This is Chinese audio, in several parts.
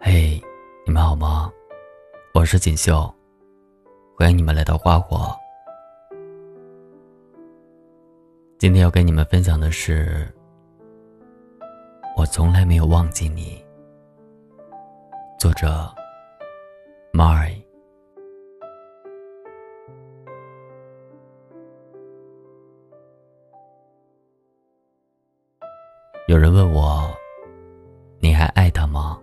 嘿，你们好吗？我是锦绣，欢迎你们来到花火。今天要跟你们分享的是，我从来没有忘记你。作者 Mari。 有人问我，你还爱他吗？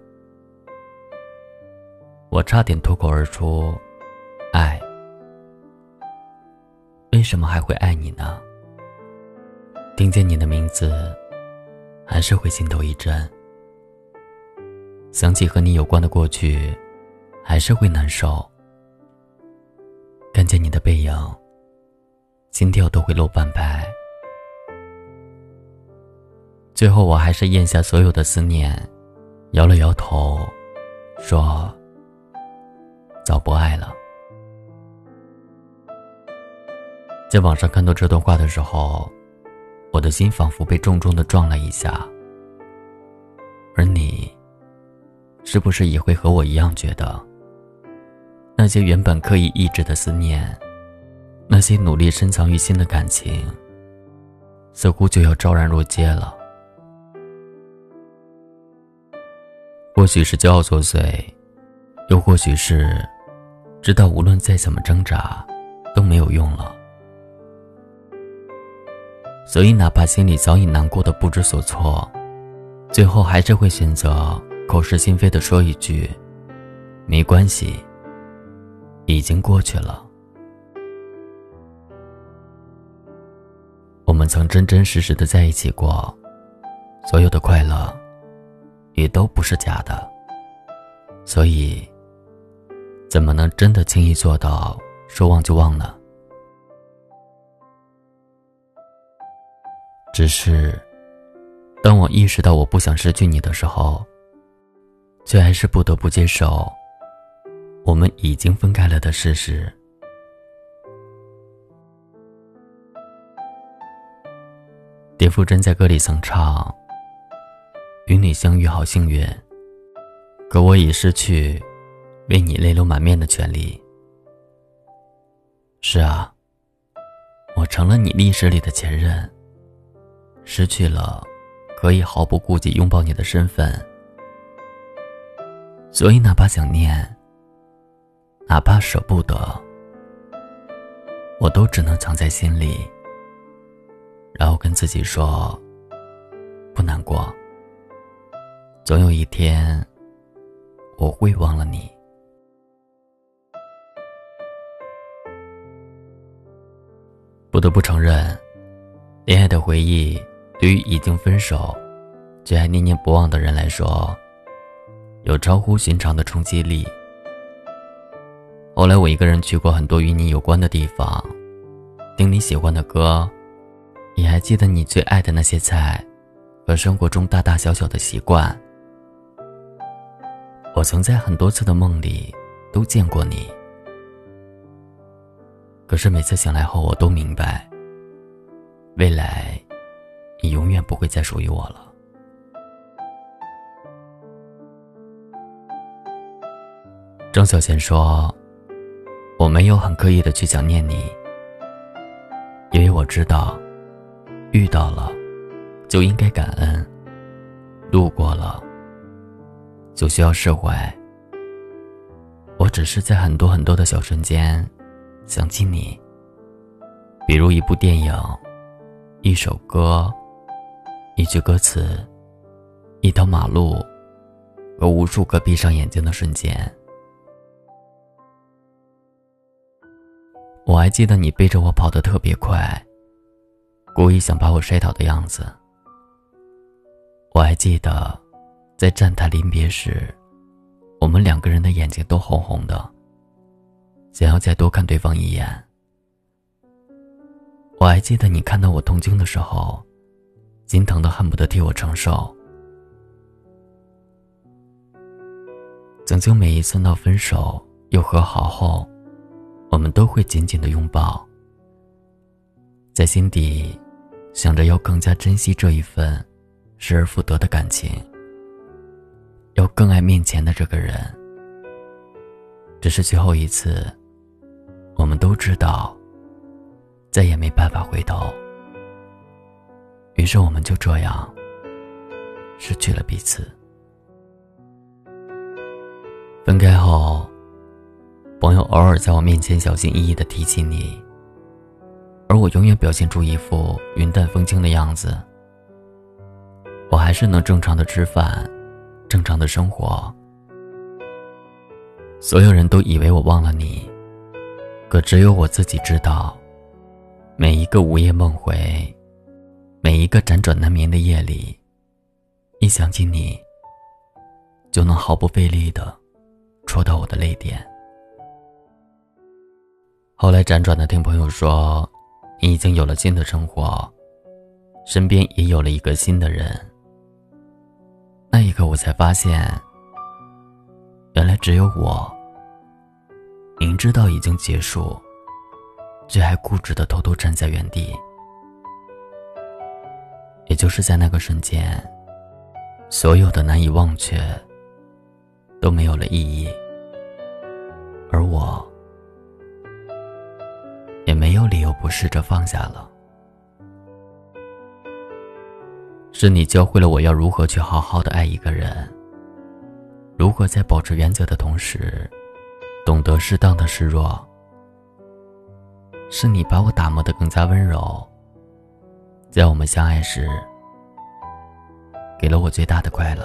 我差点脱口而出，爱。为什么还会爱你呢？听见你的名字，还是会心头一震。想起和你有关的过去，还是会难受。看见你的背影，心跳都会漏半拍。最后我还是咽下所有的思念，摇了摇头，说早不爱了。在网上看到这段话的时候，我的心仿佛被重重地撞了一下。而你，是不是也会和我一样觉得，那些原本刻意抑制的思念，那些努力深藏于心的感情，似乎就要昭然若揭了？或许是骄傲作祟，又或许是知道无论再怎么挣扎都没有用了，所以哪怕心里早已难过的不知所措，最后还是会选择口是心非地说一句，没关系，已经过去了。我们曾真真实实的在一起过，所有的快乐也都不是假的，所以怎么能真的轻易做到说忘就忘呢？只是当我意识到我不想失去你的时候，却还是不得不接受我们已经分开了的事实。田馥甄在歌里曾唱，与你相遇好幸运，可我已失去为你泪流满面的权利。是啊，我成了你历史里的前任，失去了可以毫不顾忌拥抱你的身份。所以哪怕想念，哪怕舍不得，我都只能藏在心里，然后跟自己说，不难过，总有一天我会忘了你。不得不承认，恋爱的回忆对于已经分手却还念念不忘的人来说，有超乎寻常的冲击力。后来我一个人去过很多与你有关的地方，听你喜欢的歌，也还记得你最爱的那些菜和生活中大大小小的习惯。我曾在很多次的梦里都见过你，可是每次醒来后我都明白，未来你永远不会再属于我了。张小娴说，我没有很刻意的去想念你，因为我知道遇到了就应该感恩，路过了就需要释怀。我只是在很多很多的小瞬间想起你，比如一部电影，一首歌，一句歌词，一条马路，和无数个闭上眼睛的瞬间。我还记得你背着我跑得特别快，故意想把我摔倒的样子。我还记得在站台临别时，我们两个人的眼睛都红红的，想要再多看对方一眼。我还记得你看到我痛经的时候，心疼得恨不得替我承受。曾经每一次闹分手又和好后，我们都会紧紧地拥抱，在心底想着要更加珍惜这一份失而复得的感情， 又更爱面前的这个人。只是最后一次，我们都知道再也没办法回头，于是我们就这样失去了彼此。分开后，朋友偶尔在我面前小心翼翼地提起你，而我永远表现出一副云淡风轻的样子。我还是能正常的吃饭，正常的生活。所有人都以为我忘了你，可只有我自己知道，每一个午夜梦回，每一个辗转难眠的夜里，一想起你，就能毫不费力地戳到我的泪点。后来辗转地听朋友说，你已经有了新的生活，身边也有了一个新的人。那一刻我才发现，原来只有我明知道已经结束，却还固执地偷偷站在原地。也就是在那个瞬间，所有的难以忘却都没有了意义，而我也没有理由不试着放下了。是你教会了我要如何去好好的爱一个人，如何在保持原则的同时懂得适当的示弱。是你把我打磨得更加温柔，在我们相爱时给了我最大的快乐。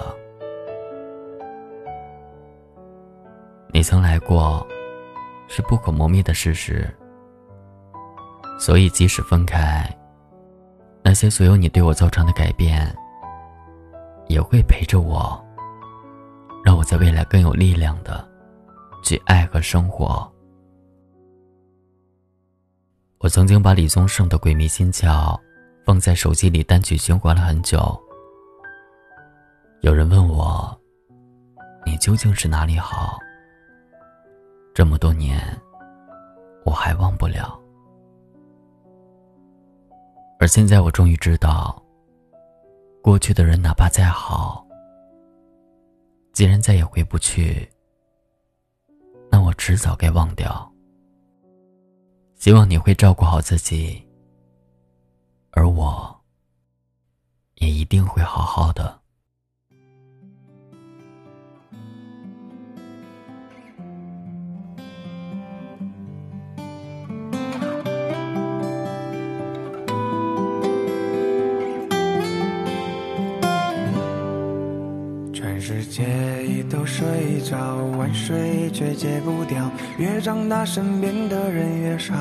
你曾来过是不可磨灭的事实，所以即使分开，那些所有你对我造成的改变也会陪着我，让我在未来更有力量的去爱和生活。我曾经把李宗盛的《鬼迷心窍》放在手机里单曲循环了很久。有人问我，你究竟是哪里好？这么多年我还忘不了。而现在我终于知道，过去的人哪怕再好，既然再也回不去，那我迟早该忘掉。希望你会照顾好自己，而我也一定会好好的。 全世界已都睡着，晚睡却戒不掉，越长大身边的人越少。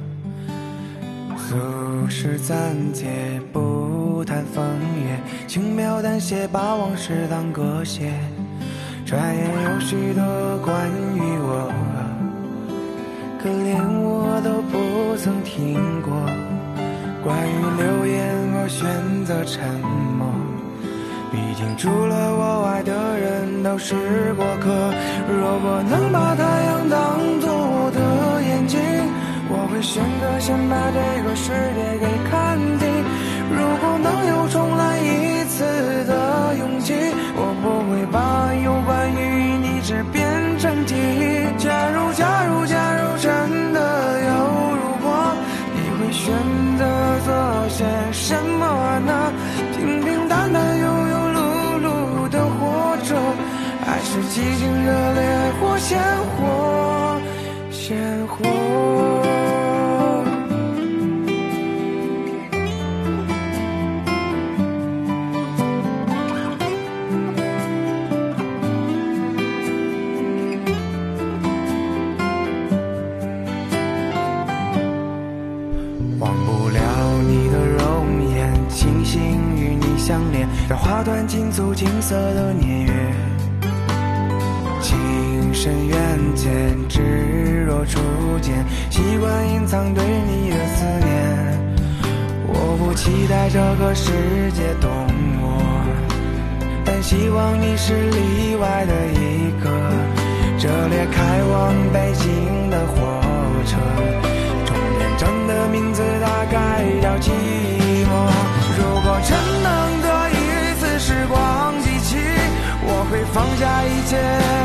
俗事暂借，不谈风月，轻描淡写把往事当歌写。转眼有许多关于我，可连我都不曾听过。关于流言，我选择沉默。毕竟除了我爱的人都是过客，如果能把太阳当作我的眼睛，我会选择先把这个世界给看尽。如果能有重来一次的勇气，我不会把有关于你只变成记忆。假如真的有如果，你会选择做些什么呢？平平淡淡悠悠的活着，还是激情热烈爱或鲜活鲜活。忘不了你的容颜，庆幸与你相恋，让花断尽诉青涩的年月。情深缘浅，至若初见，习惯隐藏对你的思念。我不期待这个世界懂我，但希望你是例外的一个。这列开往北京的火车，终点站的名字大概叫寂寞。如果真能得一次时光机器，我会放下一切